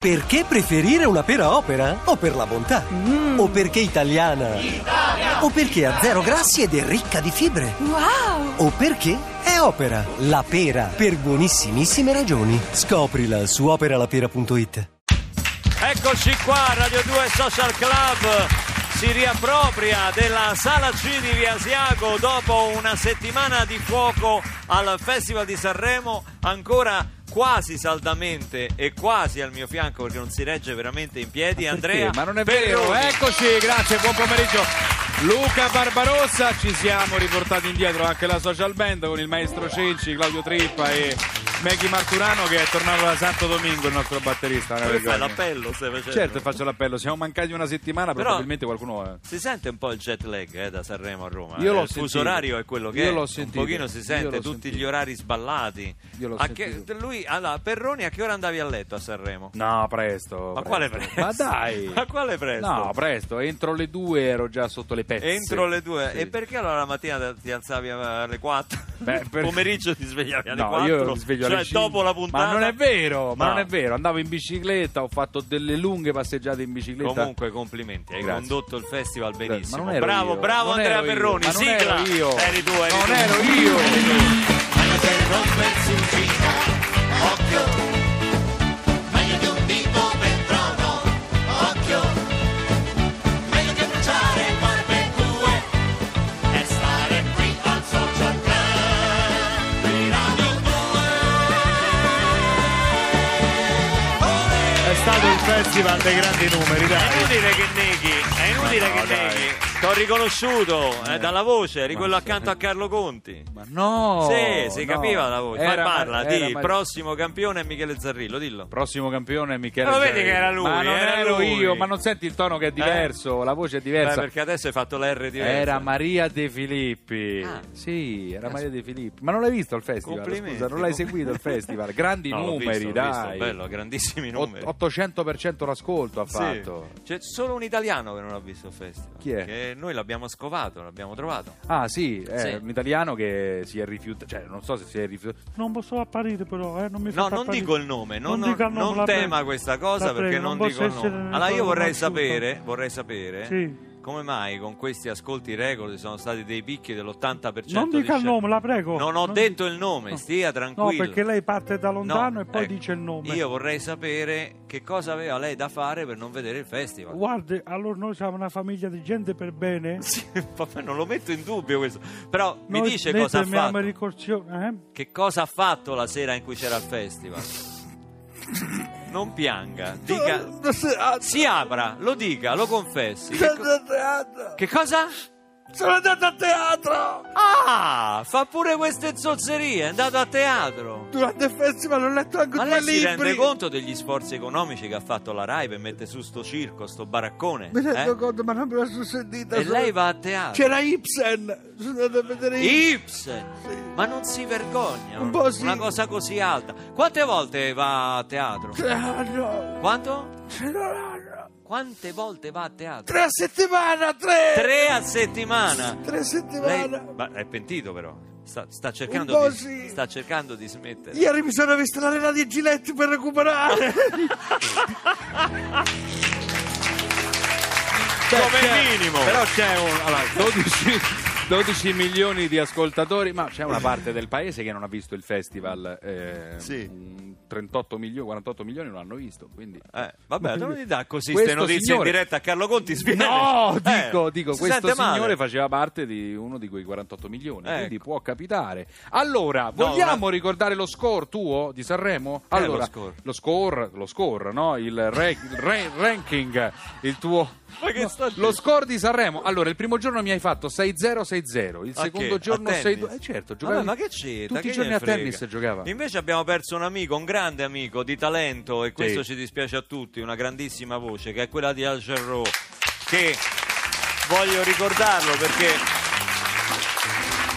Perché preferire una pera Opera? O per la bontà? O perché italiana? Italia! O perché ha 0 grassi ed è ricca di fibre? Wow! O perché è Opera, la pera, per buonissimissime ragioni. Scoprila su operalapera.it. Eccoci qua, Radio 2 Social Club si riappropria della Sala C di Via Asiago dopo una settimana di fuoco al Festival di Sanremo, ancora quasi saldamente e quasi al mio fianco perché non si regge veramente in piedi. Andrea, ma non è Perroni. vero, eccoci, grazie, buon pomeriggio. Luca Barbarossa, ci siamo riportati indietro anche la social band con il maestro Cenci, Claudio Trippa e Maggie Marturano che è tornato da Santo Domingo, il nostro batterista. Fai l'appello, stai facendo? Certo, faccio l'appello, siamo mancati una settimana, però probabilmente qualcuno... Si sente un po' il jet lag da Sanremo a Roma. Io l'ho il fuso sentito. orario è quello che Io è. l'ho Un sentito. pochino si Io sente, l'ho tutti sentito. gli orari sballati. Io l'ho sentito. Lui, allora, Perroni, a che ora andavi a letto a Sanremo? No, presto. Ma quale presto? Ma dai! Ma quale presto? No, presto, entro le 2 ero già sotto le pezze. Entro le 2. Sì. E perché allora la mattina ti alzavi alle 4? Beh, Pomeriggio ti svegliavi alle No, 4? io mi sveglio cioè alle 5. dopo la puntata? Ma non è vero, No. non è vero. Andavo in bicicletta, ho fatto delle lunghe passeggiate in bicicletta. Comunque complimenti, hai Grazie. condotto il festival benissimo. Ma non ero bravo, io. bravo Non Andrea ero io. Perroni, Ma non sigla. ero io. Eri tu, eri Non tu. ero io. Meglio che rompersi in gita, occhio. Meglio di un dito per trono, occhio. Meglio che bruciare barbecue e stare qui al Social Club di Radio 2. È stato il festival dei grandi numeri, È dai. inutile che neghi, è inutile Ma no, che dai. neghi. T'ho riconosciuto dalla voce, eri quello accanto a Carlo Conti. Ma no. Sì, si no. capiva la voce. Era- Parla, era- il prossimo campione è Michele Zarrillo, dillo. Prossimo campione è Michele Ma lo vedi Zarrillo. che era lui, Ma non era ero lui. io, ma non senti il tono che è diverso, la voce è Beh, diversa. perché adesso hai fatto la R diversa. Era Maria De Filippi. Ah. Sì, era Maria De Filippi. Ma non l'hai visto il festival? Complimenti, Scusa, non l'hai seguito il festival? Grandi No, l'ho numeri, visto, l'ho dai. visto, bello, grandissimi numeri. 800% l'ascolto ha Sì. fatto. C'è solo un italiano che non ha visto il festival. Chi è? Che noi l'abbiamo scovato, l'abbiamo trovato. Ah sì, è Sì. un italiano che si è rifiutato, cioè non so se si è rifiutato. Non posso apparire però, non mi No, fate non apparire. dico il nome, non dica il nome, non la tema prego. questa cosa La perché prego, non non dico il posso essere nome. nel Allora io tono vorrei sapere Sì. come mai con questi ascolti record sono stati dei picchi dell'80%. Non dica il nome, la prego. Non ho Non detto dica- il nome, No. stia No, tranquillo. perché lei parte da lontano No, e poi ecco, dice il nome. Io vorrei sapere che cosa aveva lei da fare per non vedere il festival. Guardi, allora noi siamo una famiglia di gente per bene. Sì, vabbè, non lo metto in dubbio questo. Però mi Noi dice ne cosa ha temiamo fatto. ricorsione, Che cosa ha fatto la sera in cui c'era il festival? Non pianga, dica. Si apra, lo dica, lo confessi. Che cosa? Sono andato a teatro! Ah, fa pure queste zozzerie, è andato a teatro. Durante il festival ho letto anche Ma due lei si libri. rende conto degli sforzi economici che ha fatto la Rai per mettere su sto circo, sto baraccone? Mi rendo eh? conto, ma non me la sono sentita. E lei va a teatro. C'era Ibsen. Sono andato a vedere Ibsen! Sì. Ma non si vergogna? Un po' sì. Una cosa così alta. Quante volte va a teatro? No, Quanto? no. Quante volte va a teatro? 3 a settimana, 3! 3 a settimana. 3 a Lei settimana. ma è pentito però. Sta cercando Un po' di sì. sta cercando di smettere. Ieri mi sono visto l'arena di Giletti per recuperare. Come minimo. Però c'è allora, 12 milioni di ascoltatori, ma c'è una parte del paese che non ha visto il festival. Sì. 38 milioni, 48 milioni non hanno visto, quindi... Vabbè, non gli dà così Questo queste notizie signore- in diretta a Carlo Conti sviene. No, dico, si questo sente male. signore faceva parte di uno di quei 48 milioni, quindi Ecco. può capitare. Allora, vogliamo ricordare lo score tuo di Sanremo? Allora, lo score? lo score, no? Il ranking, il tuo... Ma che sta lo score di Sanremo. Allora, il primo giorno mi hai fatto 6-0-6-0, il A secondo che? giorno A 6-2. tennis? Certo, Vabbè, giocavi ma che c'entra? tutti Che i giorni gliene a frega? tennis giocava. Invece abbiamo perso un amico, un grande amico di talento, e questo Sì. ci dispiace a tutti, una grandissima voce, che è quella di Al Jarreau, che voglio ricordarlo perché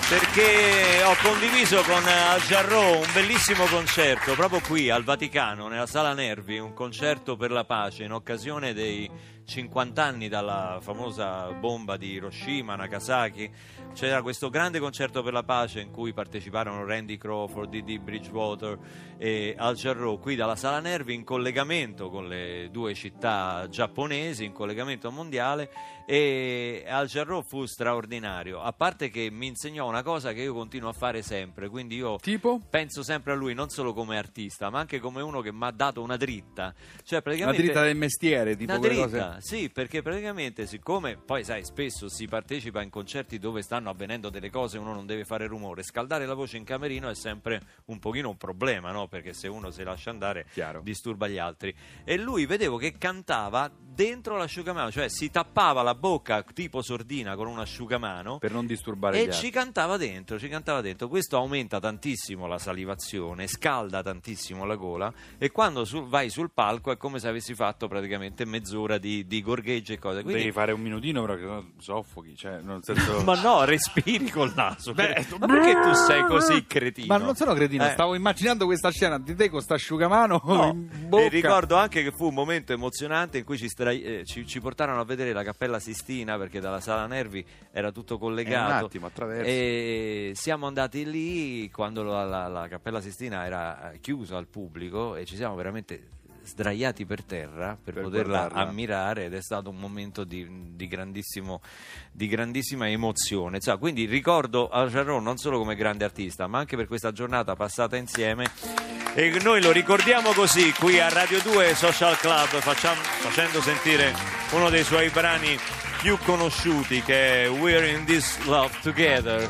perché ho condiviso con Al Jarreau un bellissimo concerto proprio qui al Vaticano, nella Sala Nervi, un concerto per la pace in occasione dei 50 anni dalla famosa bomba di Hiroshima, Nagasaki. C'era questo grande concerto per la pace in cui parteciparono Randy Crawford, Dee Bridgewater e Al Jarreau qui dalla Sala Nervi, in collegamento con le due città giapponesi, in collegamento mondiale. E Al Jarreau fu straordinario, a parte che mi insegnò una cosa che io continuo a fare sempre, quindi io Tipo? penso sempre a lui non solo come artista ma anche come uno che mi ha dato una dritta, cioè praticamente Una dritta del mestiere, tipo una quelle dritta, cose. sì, perché praticamente siccome poi sai spesso si partecipa in concerti dove stanno avvenendo delle cose, uno non deve fare rumore, scaldare la voce in camerino è sempre un pochino un problema, no? Perché se uno si lascia andare Chiaro. disturba gli altri, e lui vedevo che cantava dentro l'asciugamano, cioè si tappava la bocca tipo sordina con un asciugamano Per non disturbare e gli altri. ci cantava dentro. Questo aumenta tantissimo la salivazione, scalda tantissimo la gola, e quando vai sul palco è come se avessi fatto praticamente mezz'ora di gorgheggi e cose. Quindi... Devi fare un minutino però che no, soffochi, cioè nel senso... Ma no, respiri col naso. Beh, ma perché tu sei così cretino? Ma non sono cretino, stavo immaginando questa scena di te con sta asciugamano No. in bocca. E ricordo anche che fu un momento emozionante in cui ci portarono a vedere la Cappella Sistina, perché dalla Sala Nervi era tutto collegato. Un attimo, attraverso. E siamo andati lì quando la Cappella Sistina era chiusa al pubblico e ci siamo veramente sdraiati per terra per poterla guardarla. ammirare, ed è stato un momento di grandissima emozione. Cioè, quindi ricordo Al Jarreau non solo come grande artista ma anche per questa giornata passata insieme, e noi lo ricordiamo così qui a Radio 2 Social Club, facendo sentire uno dei suoi brani più conosciuti, che è We're in This Love Together.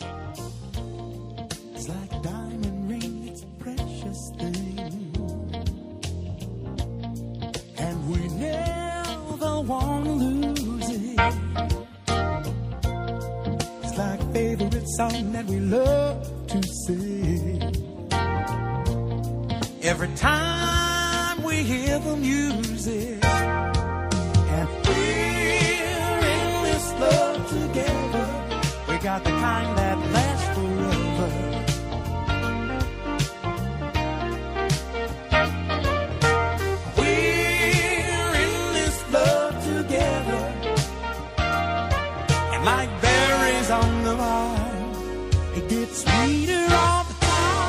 It's like a diamond ring, it's a precious thing, and we never want to lose it. It's like a favorite song that we love to sing. Every time we hear the music, and we're in this love together, we got the kind that lasts forever. We're in this love together, and like berries on the vine, it gets sweeter all the time.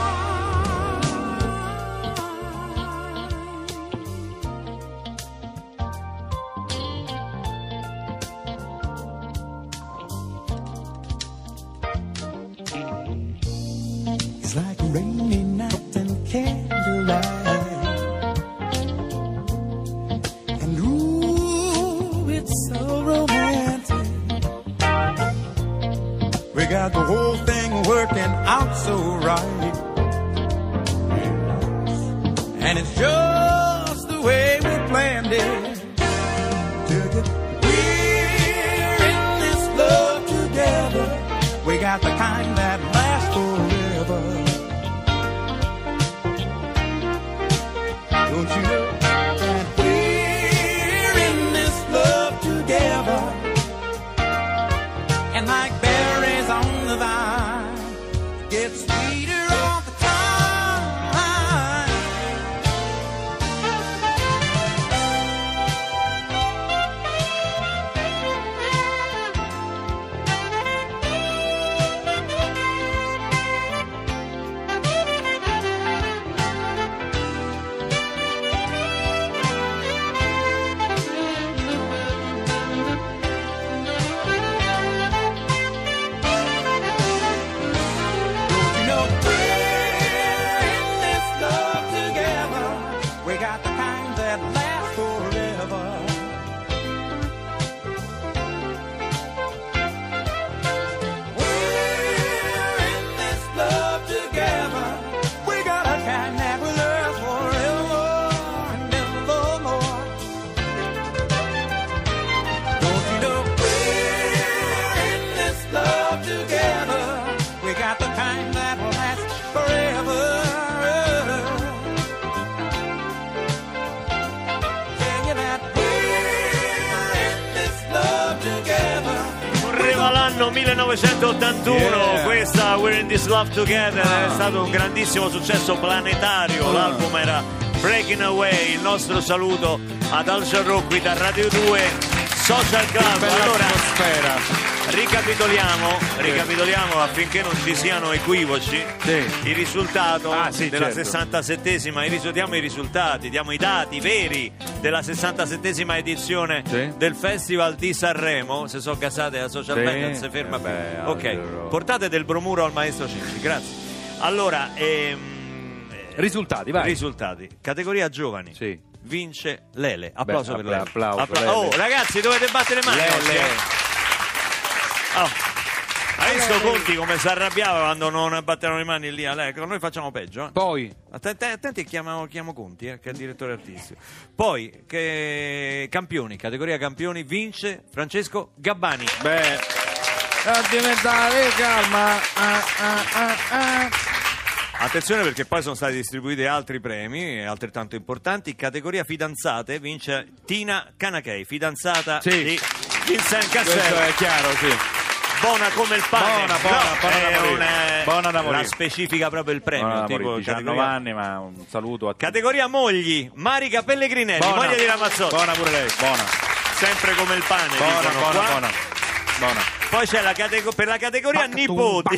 It's like a rainy night and candlelight, and ooh, it's so romantic. We got the whole thing working out so right, and it's just the way we planned it. We're in this love together. We got the kind that lasts forever. Don't you know that we're in this love together? And like berries on the vine, it gets sweet. Anno 1981, Yeah. questa We're in This Love Together è stato un grandissimo successo planetario. L'album era Breaking Away. Il nostro saluto ad Al Jarreau qui da Radio 2 Social Club. Bella Allora, atmosfera. ricapitoliamo affinché non ci siano equivoci. Sì. Il risultato Sì, della certo. 67esima, diamo i risultati, diamo i dati veri della 67esima edizione Sì. del Festival di Sanremo. Se sono casate la social Sì. band non si ferma più. Vabbè, Ok, allora. portate del bromuro al maestro Cinci, grazie. Allora, Risultati, vai. risultati. Categoria giovani. Sì. Vince Lele. Applauso per Lele. applauso, Lele. Oh, ragazzi, dovete battere le mani oggi, Lele. Oh. Hai visto Conti come si arrabbiava quando non batterono le mani lì? Ecco, noi facciamo peggio. Poi, Attenti, chiamo Conti, che è il direttore artistico. Poi, campioni, categoria campioni, vince Francesco Gabbani. beh, diventare calma. Attenzione perché poi sono stati distribuiti altri premi altrettanto importanti. Categoria fidanzate vince Tina Canachei, fidanzata Sì. di Vincent Questo Cassel. è chiaro, sì. Buona come il pane. Buona No, da è morire. Buona da morire. la specifica proprio il premio. Buona da tipo morire, 19 categoria. anni, ma un saluto a tutti. Categoria mogli, Marica Pellegrinelli, Buona. moglie di Ramazzotti. Buona pure lei, buona. Sempre come il pane. Buona, dicono buona, qua. buona. Poi c'è per la categoria nipoti.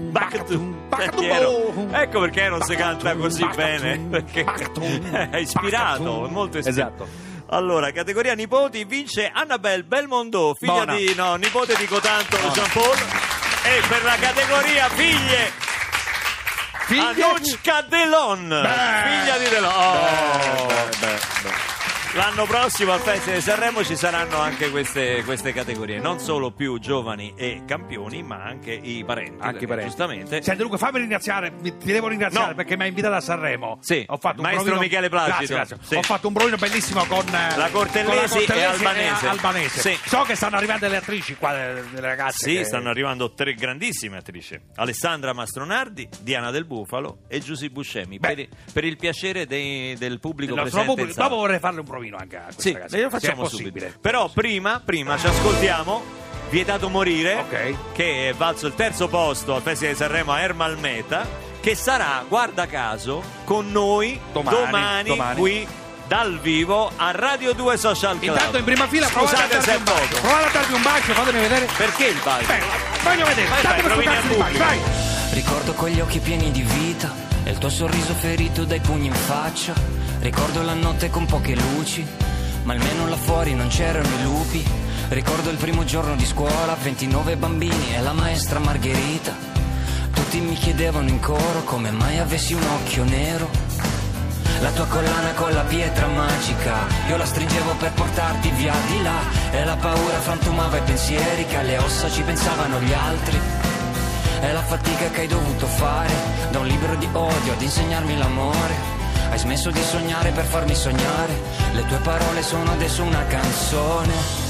Ecco perché non si canta così bene. Perché è ispirato, è molto ispirato. Esatto. Allora, categoria nipoti vince Annabelle Belmondo, figlia Buona. nipote di Cotanto Jean Paul. E per la categoria figlie Anushka Delon, figlia di Delon. Oh. Beh. L'anno prossimo al Festival di Sanremo ci saranno anche queste categorie, non solo più giovani e campioni, ma anche i parenti. Anche i parenti. Giustamente. Senti Luca, fammi ringraziare, ti devo ringraziare No. perché mi hai invitato a Sanremo. Sì, Ho fatto un maestro provino- Michele Placido. Grazie. Sì. Ho fatto un provino bellissimo con La Cortellesi e Albanese. Albanese. Sì. So che stanno arrivando le attrici qua, delle ragazze. Sì, che- stanno arrivando 3 grandissime attrici: Alessandra Mastronardi, Diana Del Bufalo e Giusy Buscemi. Beh. Per il piacere del pubblico Il nostro presente in pubblico. sala. Dopo vorrei farle un provino anche a queste Sì, ragazze. lo facciamo se è subito. possibile. Però prima ci ascoltiamo Vietato Morire, Ok. che è valso il terzo posto al Festival di Sanremo a Ermal Meta, che sarà, guarda caso, con noi domani. Qui dal vivo a Radio 2 Social Club. Intanto in prima fila provate a Scusate darvi se è un bacio. poco. Provate a darvi un bacio, fatemi vedere. Perché il bacio? Beh, voglio vedere. Vai, Tanto per rovini cazzo al di bacio, pubblico. vai. Ricordo quegli occhi pieni di vita e il tuo sorriso ferito dai pugni in faccia. Ricordo la notte con poche luci, ma almeno là fuori non c'erano i lupi. Ricordo il primo giorno di scuola, 29 bambini e la maestra Margherita. Tutti mi chiedevano in coro come mai avessi un occhio nero. La tua collana con la pietra magica, io la stringevo per portarti via di là. E la paura frantumava i pensieri, che alle ossa ci pensavano gli altri. È la fatica che hai dovuto fare, da un libro di odio ad insegnarmi l'amore. Hai smesso di sognare per farmi sognare, le tue parole sono adesso una canzone.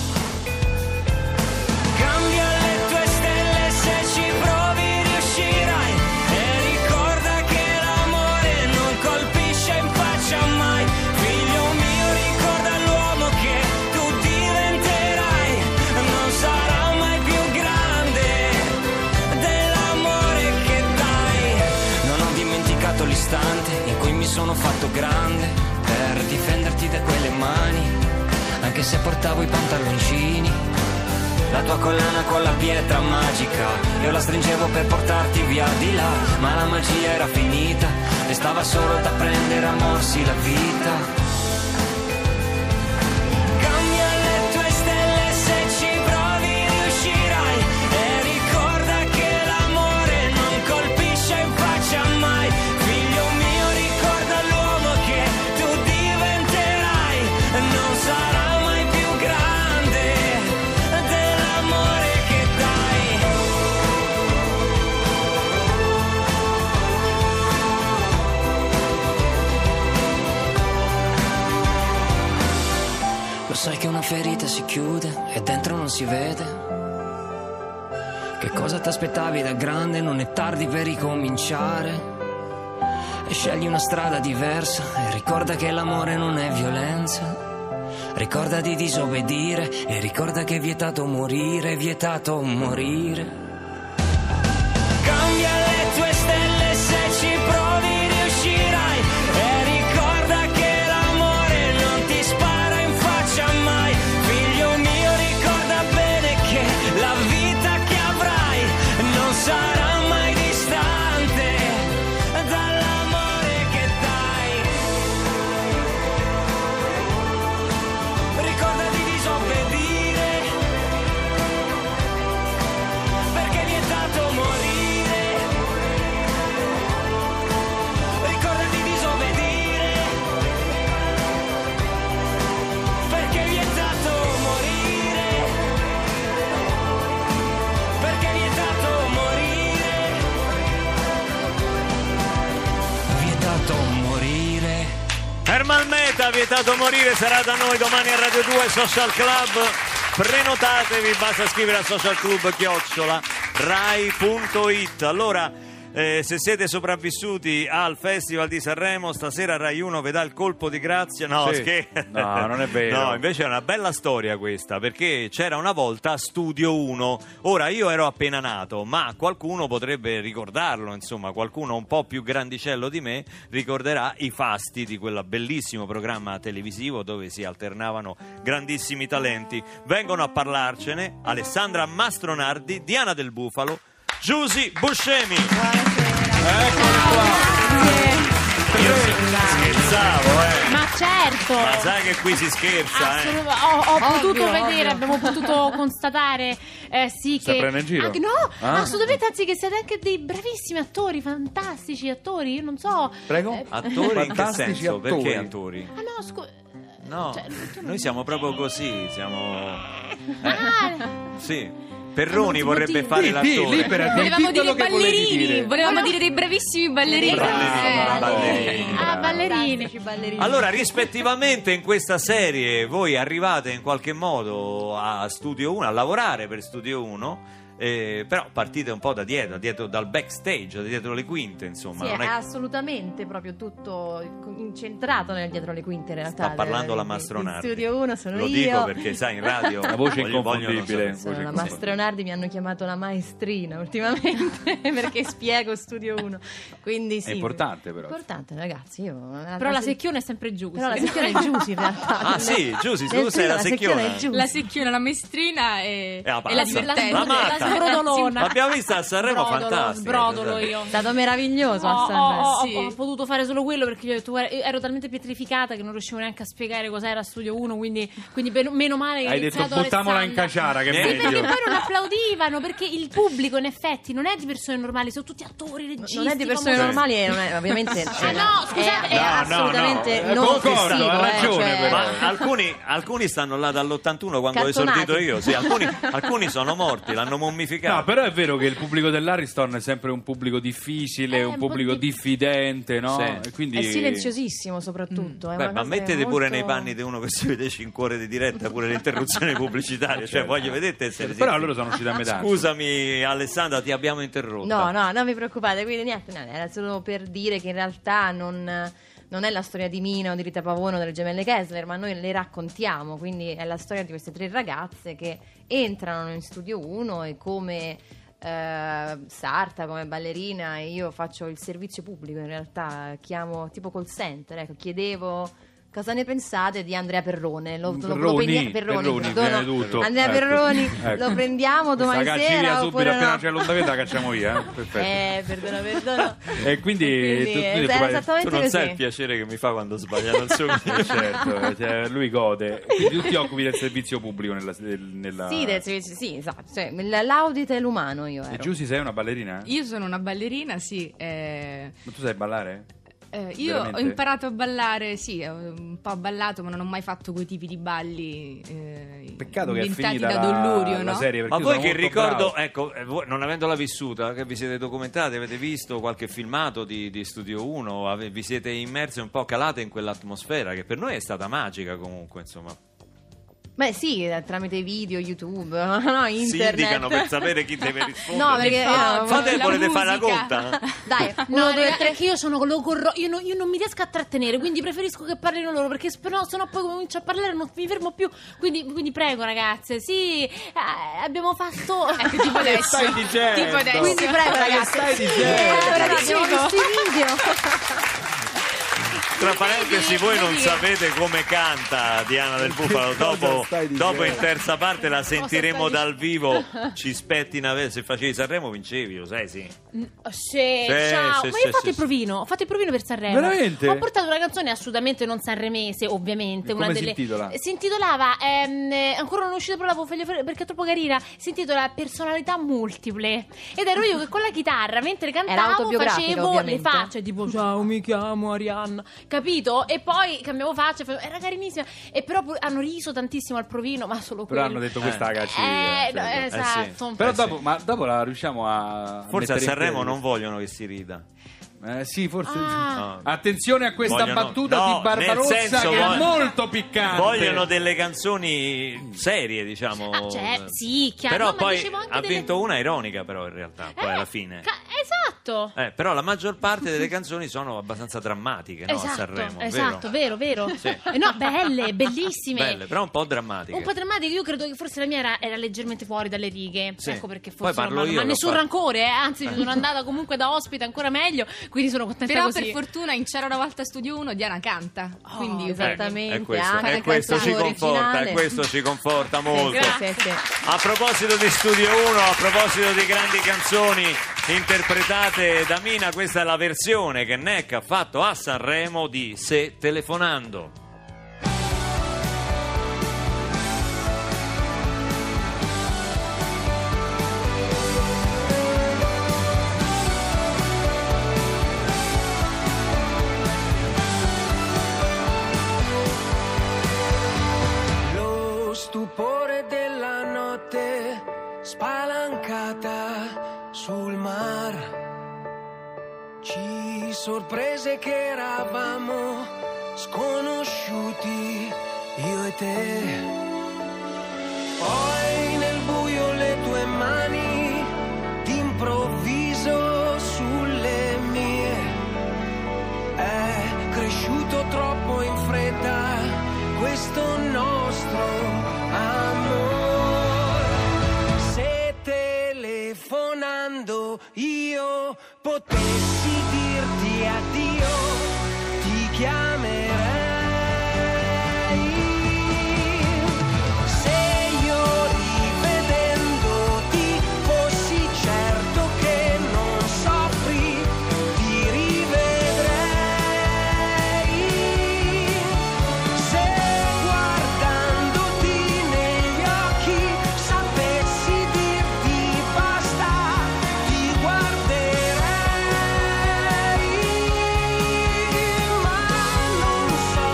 Cambia le tue stelle, se ci provi riuscirai. E ricorda che l'amore non colpisce in faccia mai. Figlio mio, ricorda l'uomo che tu diventerai. Non sarà mai più grande dell'amore che dai. Non ho dimenticato l'istante in cui mi sono fatto grande per difenderti da quelle mani, anche se portavo i pantaloncini. La tua collana con la pietra magica, io la stringevo per portarti via di là, ma la magia era finita e stava solo da prendere a morsi la vita. Cambia le tue stelle, se ci provi riuscirai. E ricorda che l'amore non colpisce in faccia mai. Figlio mio, ricorda l'uomo che tu diventerai. Non sarà mai più grande dell'amore che dai. Lo sai che una ferita si chiude e dentro non si vede. Che cosa ti aspettavi da grande? Non è tardi per ricominciare. E scegli una strada diversa e ricorda che l'amore non è violenza. ricorda di disobbedire e ricorda che è vietato morire, vietato morire. Cambia le tue stelle se ci provi riuscirai e ricorda che l'amore non ti spara in faccia mai. Figlio mio ricorda bene che la vita che avrai non sarà mai distante dall'amore che dai. Ricorda di disobbedire perché è vietato morire. Herman Meta, vietato morire, sarà da noi domani a Radio 2 Social Club. Prenotatevi, basta scrivere a socialclub@rai.it. Allora, se siete sopravvissuti al Festival di Sanremo, stasera Rai 1 vedrà il colpo di grazia. No, Sì. No, non è vero. No, invece è una bella storia questa, perché c'era una volta Studio 1. Ora, io ero appena nato, ma qualcuno potrebbe ricordarlo, insomma, qualcuno un po' più grandicello di me ricorderà i fasti di quel bellissimo programma televisivo dove si alternavano grandissimi talenti. Vengono a parlarcene Alessandra Mastronardi, Diana Del Bufalo, Giusy Buscemi. Eccole qua. Io scherzavo, Ma certo! Ma sai che qui si scherza, Ho potuto vedere, abbiamo potuto constatare sì Sta che prendendo in giro? anche, no, Ah. assolutamente, anzi che siete anche dei bravissimi attori, fantastici attori, io non so. Prego? Attori in che Fantastici senso? attori. Perché attori? Ah no, scusa. No, Cioè, tu non- noi siamo proprio così, siamo... Ah, Sì, Perroni non vorrebbe ti- fare Sì, l'attore. liberati, Volevamo di dire quello che volevi ballerini, dire. volevamo dire dei bravissimi ballerini. Ballerini. ballerini. Allora, rispettivamente in questa serie voi arrivate in qualche modo a Studio 1, a lavorare per Studio 1, però partite un po' da dietro dal backstage, da dietro le quinte, insomma. Sì, non è è... assolutamente proprio tutto incentrato nel dietro le quinte in realtà. Sta parlando la In Mastronardi. Studio 1 sono Lo io. dico perché sai, in radio La voce vogliono inconfondibile. sapere. Sono la Mastronardi, mi hanno chiamato la maestrina ultimamente perché spiego Studio 1. Quindi sì. È importante però. Importante, ragazzi. Io, Però la secchione è sempre giusta. Però la secchione è Giusy in realtà. Ah sì, Giusy, tu Nel sei film la secchiona. è Giusy. La secchiona, la maestrina e la e la pazza. divertente. La matta. La sbrodolona. L'abbiamo vista a Sanremo, fantastica. Sbrodolo io. È stato meraviglioso a Ho, Sanremo. Sì. ho potuto fare solo quello perché gli ho detto, guarda, io ero talmente pietrificata che non riuscivo neanche a spiegare cos'era Studio 1, quindi meno male che Hai detto buttiamola in caciara, che è Sì, Sì, perché meglio. poi non applaudivano, perché il pubblico in effetti non è di persone normali, sono tutti attori, registi. Non è di persone famosi. normali e non è, ovviamente no, scusate, è no, assolutamente no. non Concordo, offensivo, ha ragione, cioè- però. Ma alcuni stanno là dall'81 quando ho Cartonati. esordito io, sì, alcuni sono morti, l'hanno mummificato. No, però è vero che il pubblico dell'Ariston è sempre un pubblico difficile, un un po' pubblico diffidente, no? Sì. E quindi... È silenziosissimo soprattutto. È Beh, una ma cosa mettete molto- pure nei panni di uno che si vede in cuore di diretta pure l'interruzione pubblicitaria, cioè voglio vedete se Però loro sono usciti a metà. Scusami Alessandra, ti abbiamo interrotto. No, non vi preoccupate, quindi niente, era solo per dire che in realtà non è la storia di Mina o di Rita Pavone o delle gemelle Kessler, ma noi le raccontiamo, quindi è la storia di queste tre ragazze che entrano in Studio 1 e come Sarta, come ballerina, e io faccio il servizio pubblico, in realtà chiamo tipo call center, ecco, chiedevo cosa ne pensate di Andrea Perrone? Perroni, perdono. prima di tutto. Andrea Ecco. Perroni, Ecco. lo prendiamo domani Questa cacciavia sera subito, oppure appena no? c'è l'onda verde la cacciamo via, perfetto. Perdono. E quindi, Era Tu esattamente non sai il così. piacere che mi fa quando sbagliano il suo certo, cioè, lui gode. Quindi tu ti occupi del servizio pubblico nella... Sì, sì, esatto. Cioè, l'audit è l'umano, io E ero. Giusy, sei una ballerina? Io sono una ballerina, sì. Ma tu sai ballare? Io Veramente? ho imparato a ballare, sì, ho un po' ballato, ma non ho mai fatto quei tipi di balli Peccato che è inventati finita da Don Lurio, la no? serie, perché Ma io voi sono che molto ricordo, bravo. ecco, voi non avendola vissuta, che vi siete documentati, avete visto qualche filmato di Studio 1, vi siete immersi un po', calate in quell'atmosfera che per noi è stata magica comunque, insomma. Beh sì, tramite video, YouTube, no, Si internet. indicano per sapere chi deve rispondere. No, perché Fate, la volete fare la musica. conta? dai, No, 1, 2, raga, 3. è che io sono io non mi riesco a trattenere, quindi preferisco che parlino loro, perché sennò poi comincio a parlare e non mi fermo più. Quindi prego ragazze, sì, abbiamo fatto Ecco, tipo adesso. stai dicendo? Tipo adesso. Quindi prego ragazzi. stai dicendo? Allora, abbiamo visto i video. Tra parentesi, voi non sapete come canta Diana del Bufalo. cosa stai dicendo? Dopo in terza parte la sentiremo dal vivo. Ci spettina se facevi Sanremo vincevi, lo sai, sì. Sì, Sì, ciao. sì, Ma sì, io ho fatto sì, il provino, ho fatto il provino per Sanremo. Veramente? Ho portato una canzone assolutamente non sanremese, ovviamente. Come una si delle... intitola? Si intitolava, ancora non è uscita, però la voglio fare perché è troppo carina. Si intitola Personalità multiple. Ed ero io che con la chitarra, mentre cantavo, autobiografica, facevo ovviamente. le facce, tipo ciao, mi chiamo Arianna, capito? E poi cambiavo faccia, era carinissima. E però hanno riso tantissimo al provino, ma solo Però quello. hanno detto questa cagaccia. No, esatto. Però sì. dopo la riusciamo a Forse a mettere in Sanremo piedi. non vogliono che si rida. Sì, forse. No. Attenzione a questa Vogliono- battuta no, di Barbarossa nel senso, che è molto piccante. Vogliono delle canzoni serie, diciamo. Sì, chiaro. Però No, ma poi dicevo anche ha delle- vinto una ironica, però in realtà, poi alla fine. Esatto. Però la maggior parte delle canzoni sono abbastanza drammatiche, no? A Sanremo, esatto, vero? vero. Sì. No, belle, bellissime. Belle, però un po' drammatiche. Un po' drammatiche, io credo che forse la mia era leggermente fuori dalle righe. Sì. Ecco perché Poi forse parlo non io ma che ho nessun fatto- rancore, anzi sono andata comunque da ospite ancora meglio, quindi sono contenta Però così. per fortuna in C'era una volta Studio 1 Diana canta. Quindi esattamente, È questo, anche e la questo ci canzone conforta, originale. e questo ci conforta molto. Sì, sì. A proposito di Studio 1, a proposito di grandi canzoni interpretate da Mina, questa è la versione che Neck ha fatto a Sanremo di Se telefonando. Lo stupore della notte spalancata sul mar ci sorprese che eravamo sconosciuti, io e te. Poi nel buio le tue mani d'improvviso sulle mie. È cresciuto troppo in fretta questo nostro amore. Se telefonando io potessi dirti addio, ti chiamerei. Se io rivedendoti fossi certo che non soffri, ti rivedrei. Se guardandoti negli occhi sapessi dirti basta, ti guarderei. Ma non so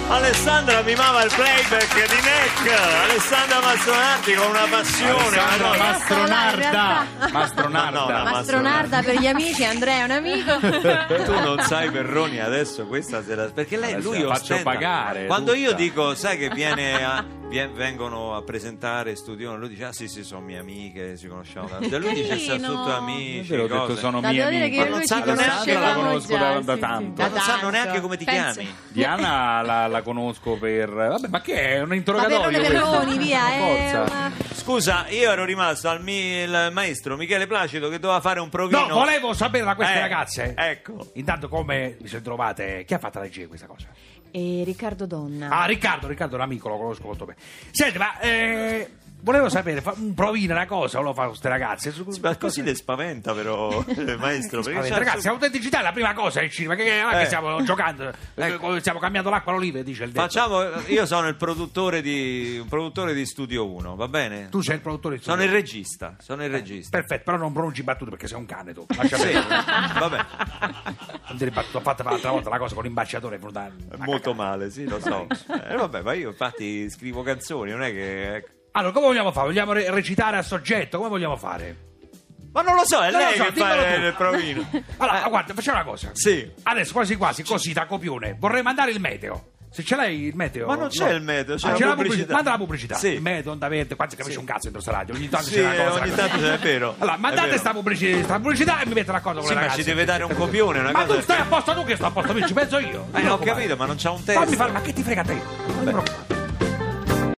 Alessandra mimava il playback di Neck. Alessandra Mastronardi con una passione. Alessandra una- Mastronarda. No, no, Mastronarda per gli amici, Andrea è un amico. Tu non sai Perroni adesso questa se la... perché lui la faccio ostenta. pagare Quando io tutta. dico sai che vengono a presentare studiano, lui dice sì sono mie amiche, ci conosciamo da... lui dice sta carino. tutto amici, Ho detto cose. sono No, mie devo dire amiche. che lui ci sanno neanche- Alessandra la conosco già, da sì, tanto. Ma non sanno tanto. neanche come ti Penso. chiami. Diana la conosco per... Vabbè, ma che è? Un Ma interrogatorio? per questo? Perroni, via, Forza. Scusa, io ero rimasto il maestro Michele Placido che doveva fare un provino. No, volevo sapere da queste Eh, ragazze. ecco. Intanto come vi siete trovate? Chi ha fatto leggere questa cosa? E Riccardo Donna. Ah, Riccardo è un amico, lo conosco molto bene. Senti, ma volevo sapere, un provino, una cosa, lo fa queste ragazze? Ma così le spaventa però maestro, perché c'ha- Ragazzi, l'autenticità è la prima cosa nel cinema, che non è che stiamo giocando, Ecco. stiamo cambiando l'acqua all'olive, dice il detto. io sono il produttore di Studio 1, va bene? Tu sei il produttore di Sono il regista, Perfetto, però non pronunci battute perché sei un cane tu. Lascia Sì, perdere. vabbè, Non dire battute. Ho fatto l'altra volta la cosa con l'imbasciatore, è venuta una molto cagata. male, sì, lo so. Vabbè, ma io infatti scrivo canzoni, non è che... Allora, come vogliamo fare? Vogliamo recitare a soggetto? Come vogliamo fare? Ma non lo so, è Non lo lei so, che dimmelo fa tu. il provino. Allora, guarda, facciamo una cosa. Sì. Adesso quasi quasi, così da copione, vorrei mandare il meteo. Se ce l'hai il meteo. Ma non c'è il meteo, c'è la c'è pubblicità. Manda la pubblicità. Sì. Il meteo, onda verde, quanto capisci un cazzo dentro sta radio. Ogni tanto Sì, c'è una cosa. ogni tanto è vero. Allora, È mandate vero. sta pubblicità e mi metto d'accordo con Sì, le ma ragazze. ci deve dare un copione, una Ma cosa... tu stai a posto tu che sto a posto, io ci penso io. Ho capito, ma non c'ha un testo. Fammi fare, ma che ti frega a te? Non mi preoccupare.